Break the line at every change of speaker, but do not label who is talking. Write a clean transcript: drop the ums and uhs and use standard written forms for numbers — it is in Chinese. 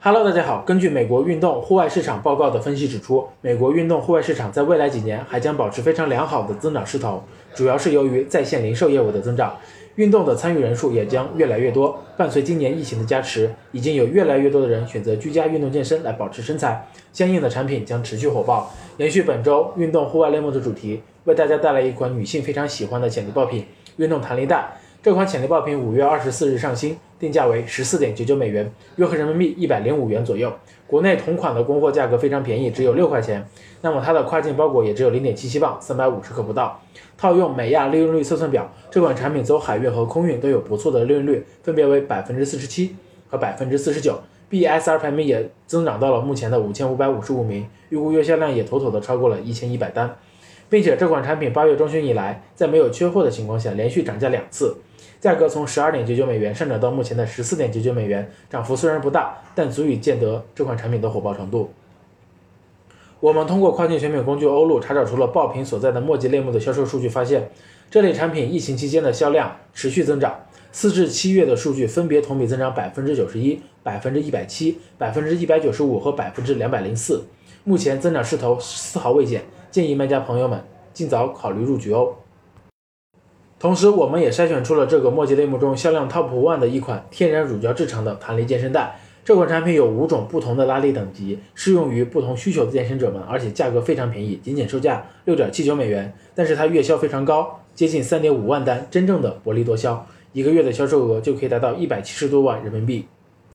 Hello， 大家好。根据美国运动户外市场报告的分析指出，美国运动户外市场在未来几年还将保持非常良好的增长势头，主要是由于在线零售业务的增长，运动的参与人数也将越来越多。伴随今年疫情的加持，已经有越来越多的人选择居家运动健身来保持身材，相应的产品将持续火爆。延续本周运动户外类目的主题，为大家带来一款女性非常喜欢的潜力爆品——运动弹力带。这款潜力爆品5月24日上新，定价为14.99美元，约合人民币105元左右。国内同款的供货价格非常便宜，只有6块钱。那么它的跨境包裹也只有 0.77磅，350克不到。套用美亚利润率测算表，这款产品走海运和空运都有不错的利润率，分别为 47% 和 49%。BSR 排名也增长到了目前的5555名，预估月销量也妥妥的超过了1100单。并且这款产品8月中旬以来，在没有缺货的情况下，连续涨价2次，价格从 12.99 美元上涨到目前的 14.99 美元，涨幅虽然不大，但足以见得这款产品的火爆程度。我们通过跨境选品工具欧路查找出了爆品所在的墨迹类目的销售数据，发现这类产品疫情期间的销量持续增长，4至7月的数据分别同比增长 91%、170%、195%和 204%， 目前增长势头丝毫未减，建议卖家朋友们尽早考虑入局哦。同时我们也筛选出了这个墨迹类目中销量 Top 1的一款天然乳胶制成的弹力健身带。这款产品有5种不同的拉力等级，适用于不同需求的健身者们，而且价格非常便宜，仅仅售价 6.79 美元，但是它月销非常高，接近 3.5万单，真正的薄利多销，一个月的销售额就可以达到170多万人民币。